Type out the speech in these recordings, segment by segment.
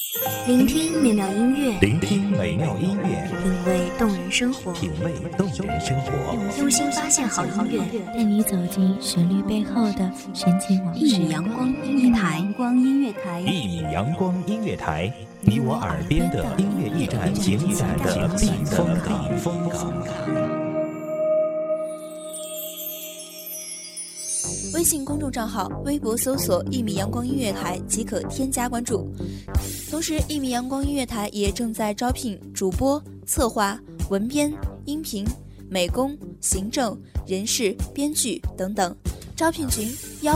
聆听美妙音乐， 聆听美妙音乐， 品味动人生活， 品味动人生活， 用心发现好音乐， 带你走进旋律背后的深情往事。 一米阳光音乐台， 一米阳光音乐台，你我耳边的音乐驿站，情感的避风港。 微信公众账号、微博搜索“一米阳光音乐台”即可添加关注。同时，一米阳光音乐台也正在招聘主播、策划、文编、音频、美工、行政、人事、编剧等等。招聘群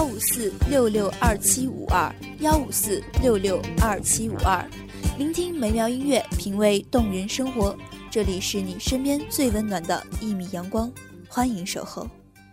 154662752，154662752。聆听美妙音乐，品味动人生活。这里是你身边最温暖的一米阳光，欢迎守候。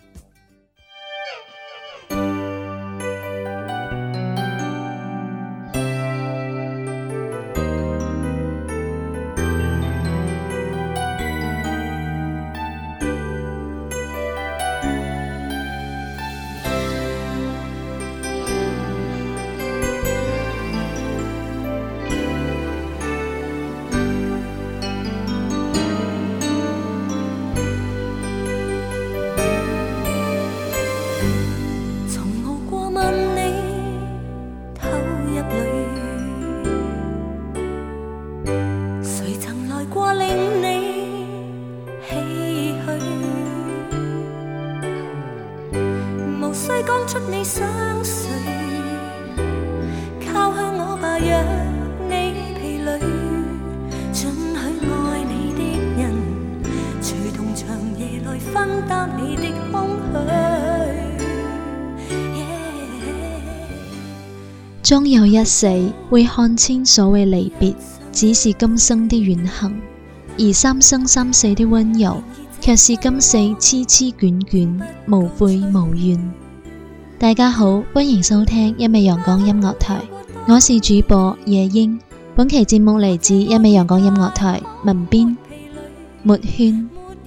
講出你想誰，靠向我吧，若你疲累，准許愛你的人，隨同長夜來分擔你的空虛。 終有一死，會看清所謂離別，只是今生的遠行；而三生三世的溫柔，卻是今世痴痴眷眷，無悔無怨。大家好，歡迎收聽一米陽光音樂台，我是主播夜鶯。本期節目嚟自一米陽光音樂台文編沒圈。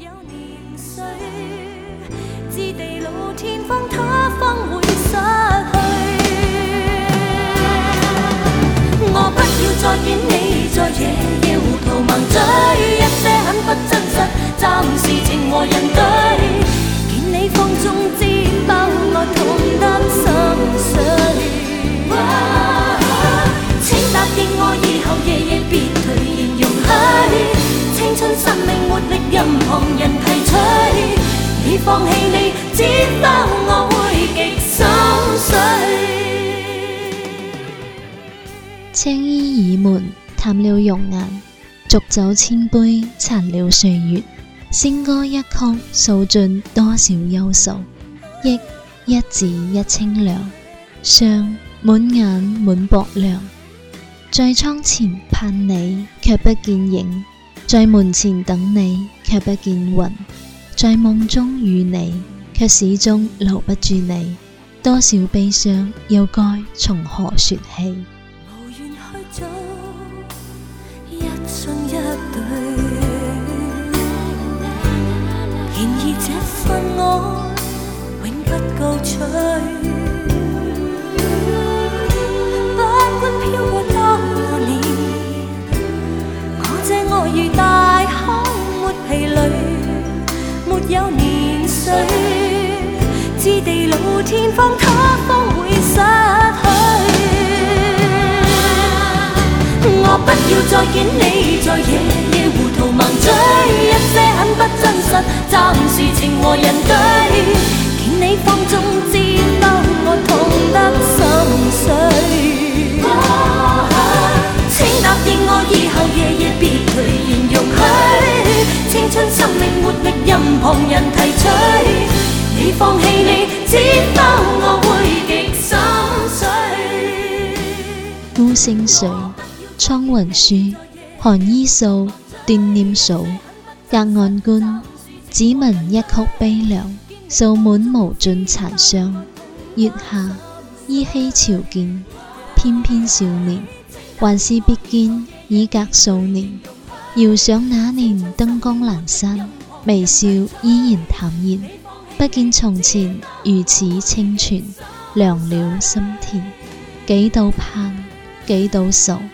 我不要再見你在夜夜糊塗盲追，一些很不真實，暫時情和人對，見你放縱知包我痛得心碎。請答應我以後夜夜別頹言容許，青春生命活力任旁人提取，你放棄你知否我會極心碎。 青衣已門淡了容顏，濁酒千杯殘了歲月，仙歌一曲訴盡多少憂愁，憶一字一清涼，霜滿眼滿薄涼。在窗前盼你卻不見影，在門前等你卻不見雲，在夢中遇你卻始終留不住你，多少悲傷又該從何說起？ 一雙一對，然而這份愛永不告吹。不管飄過多年，我這愛如大海沒疲累，沒有年歲，知地老天荒他方會失去。我不要再見你在夜夜糊塗盲追，一些很不真實，暫時情和人對，見你放縱知道我痛得心碎。請答應我以後夜夜別頹言容許，青春生命活力任旁人提取，你放棄你知否我會極心碎。 孤星水蒼雲樹，寒衣素，斷念數，隔岸觀，只聞一曲悲涼，訴滿無盡殘傷。月下依稀朝見，翩翩少年，還是別見已隔數年。遙想那年燈光闌珊，微笑依然坦然，不見從前如此清泉，涼了心田。幾度盼，幾度愁，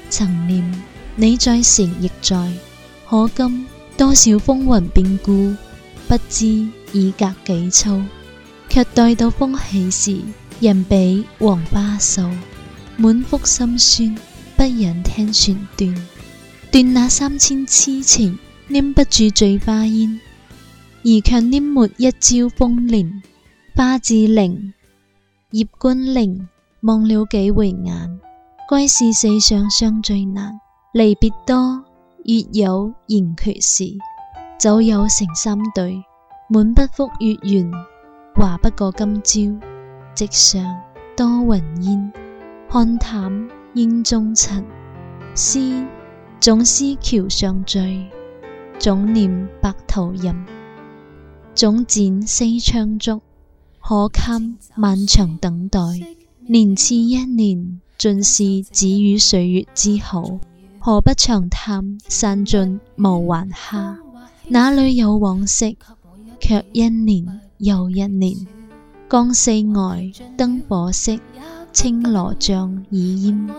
曾念你在時亦在，可今多少風雲變故，不知已隔幾秋。卻待到風起時，人比黃花瘦。滿腹心酸，不忍聽全段。斷那3000痴情，拈不住醉花煙，而卻拈沒一朝風蓮。花自零，葉君零，望了幾回眼，歸是世上相最難。離別多，月有圓缺時，酒有成3對，滿不復月圓。話不過今朝，直上多雲煙，看淡煙中塵。思總思橋上醉，總念白頭吟。總剪西窗燭，可堪漫長等待。年次一年，盡是只與歲月之好。何不長嘆散盡無還哈？哪裏有往昔，卻一年又一年。江四外燈火色，青羅帳已淹。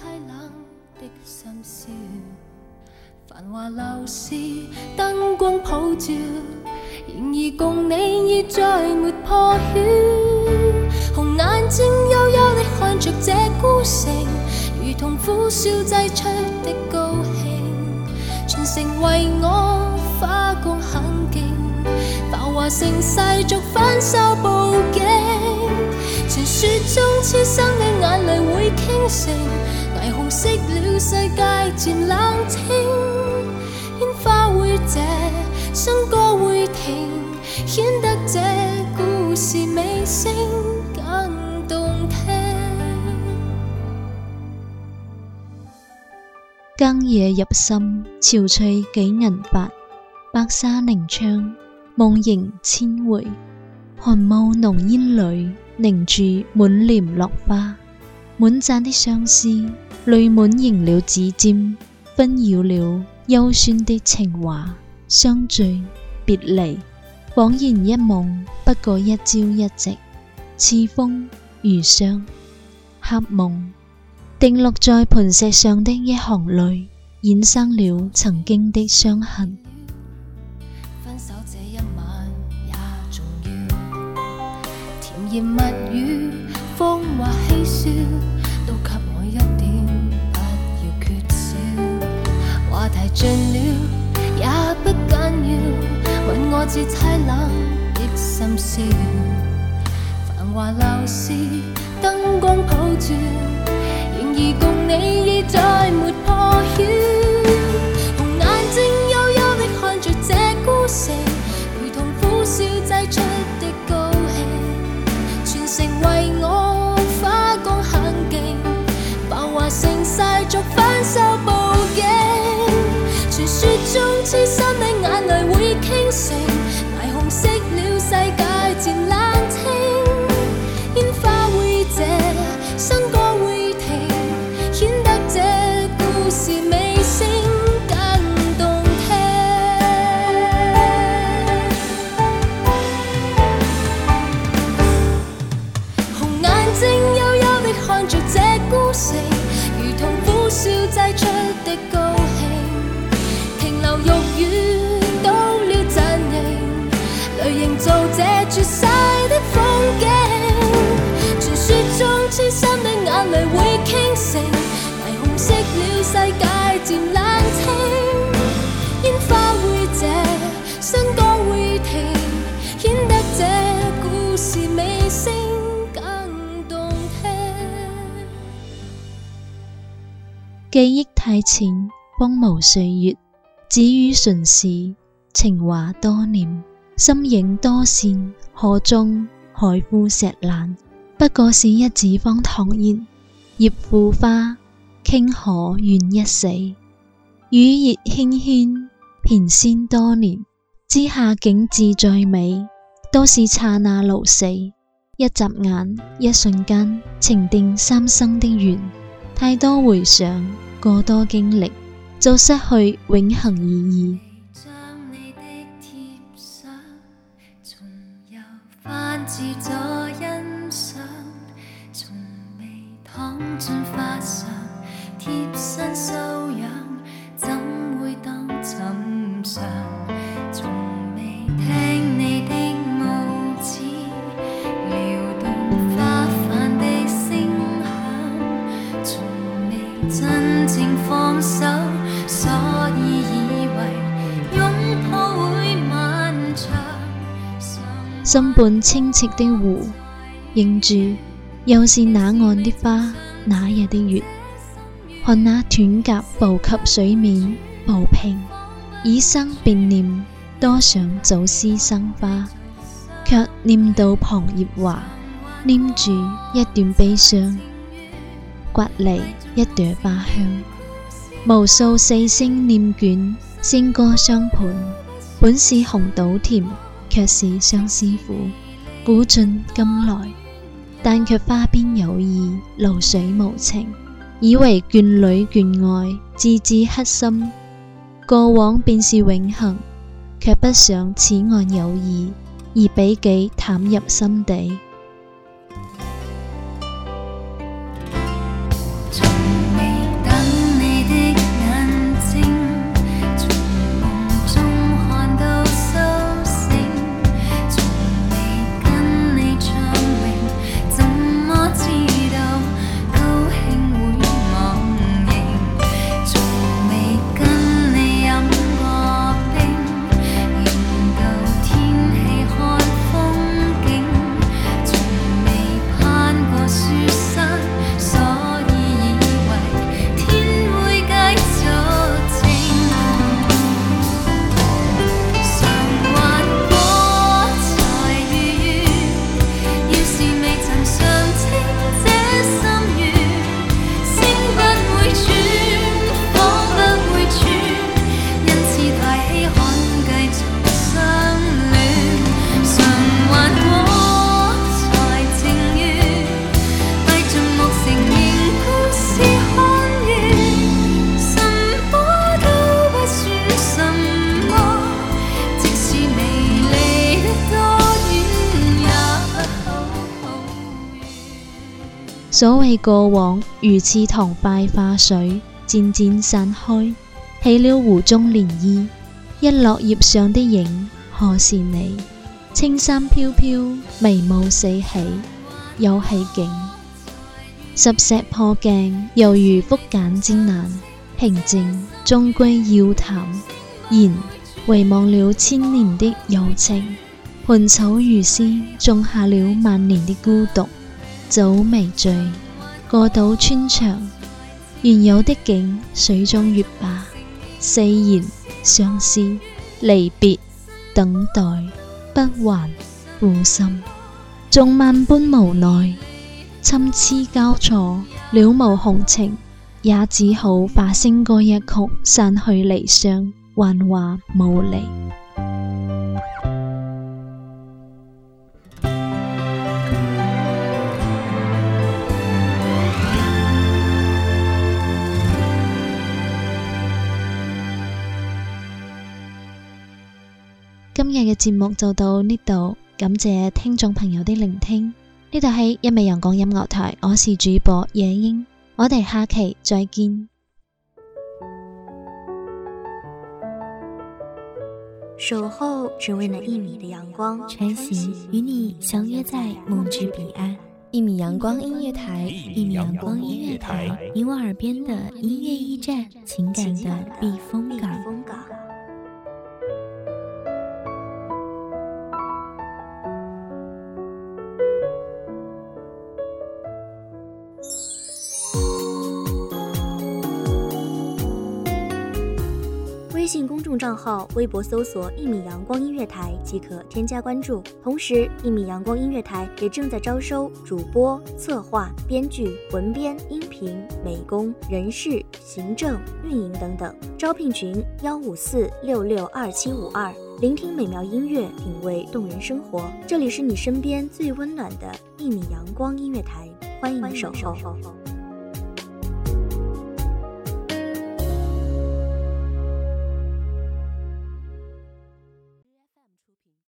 繁華流逝，燈光普照，然而共你已再沒破曉。紅眼睛幽幽地看着這孤城，如同苦笑製出的高興，全城為我花光很勁，浮華盛世俗反手報警。傳說中痴心的眼淚會傾城，霓虹熄了世界漸冷清，煙花會謝，笙歌會停，顯得這故事尾聲更動聽。 更夜入深，憔悴幾銀髮，白紗凝窗，夢縈千回。寒霧濃煙裏，凝住滿簾落花。滿盞的相思，淚滿盈了指尖，紛擾了幽酸的情話。相聚別離，恍然一夢，不過一朝一夕，似風如霜。黑夢定落在磐石上的一行淚，衍生了曾經的傷痕。 分手這一晚也重要，甜言蜜語，風話嬉笑，都給我一點，不要缺少。話題盡了也不緊要，問我至凄冷的心笑。繁華流逝，燈光普照，然而共你已再沒破曉。紅眼睛幽幽地看着這孤城，如同苦笑製出的高興，全城為我花光很勁，浮華盛世俗反手報警。傳說中痴心的眼淚會傾城，霓虹熄了世界漸冷清，煙花會謝，笙歌會停，顯得這故事尾聲更動聽。紅眼睛幽幽地看着這孤城，如同苦笑製出的高興，停留肉語到了陣營，淚營造這絕世的風景。傳說中痴心的眼淚會傾城，霓虹熄了世界漸冷清，煙花會謝，笙歌會停，顯得這故事尾聲更動聽。 記憶太淺，荒蕪歲月，只於唇時，情話多念。心影多線，河中海枯石爛，不過是一紙方唐言。葉腐花，傾可願一死。雨熱繾綣，翩跹多年，之下景致再美，都是剎那勞死。一眨眼，一瞬間，情定三生的緣。太多回想，過多經歷，就失去永恆意義。 翻自咗欣賞，從未躺進花上貼身。 真正放手，所以以為擁抱會漫長。 深半清澈的湖，映住又是那岸的花，那日的月。看那斷甲步及水面步平，以生便念，多想早思生花，卻念到旁葉華，黏住一段悲傷，刮離一朵花香。無數四聲念卷，仙歌相伴，本是紅島甜，卻是相思苦。古盡今來，但卻花邊有意，流水無情。以為眷侶眷愛，字字刻心，過往便是永恆，卻不想此岸有意，而比己淡入心底。所謂過往，如似塘塊化水，漸漸散開，起了湖中漣漪。一落葉上的影，何時你？青衫飄飄，眉霧四起，又係景。十石破鏡，猶如覆繭之難，平靜終歸要淡。然遺忘了千年的友情，盤草如絲，種下了萬年的孤獨。酒微醉，過島穿牆，原有的景，水中月罷。四言相思，離別等待，不還負心，縱萬般無奈，參差交錯，了無紅情，也只好化聲歌一曲，散去離傷，幻化無離。今日嘅節目就到呢度，感謝聽眾朋友的聆聽。呢度係一米陽光音樂台，我是主播野英，我哋下期再見。 守候只為那一米的陽光，晨曦與你相約在夢之彼岸。一米陽光音樂台，一米陽光音樂台，你我耳邊的音樂驛站，情感的避風港。微信公众账号、微博搜索“一米阳光音乐台”即可添加关注。同时，一米阳光音乐台也正在招收主播、策划、编剧、文编、音频、美工、人事、行政、运营等等。招聘群154662752，聆听美妙音乐，品味动人生活。这里是你身边最温暖的一米阳光音乐台，欢迎你守候。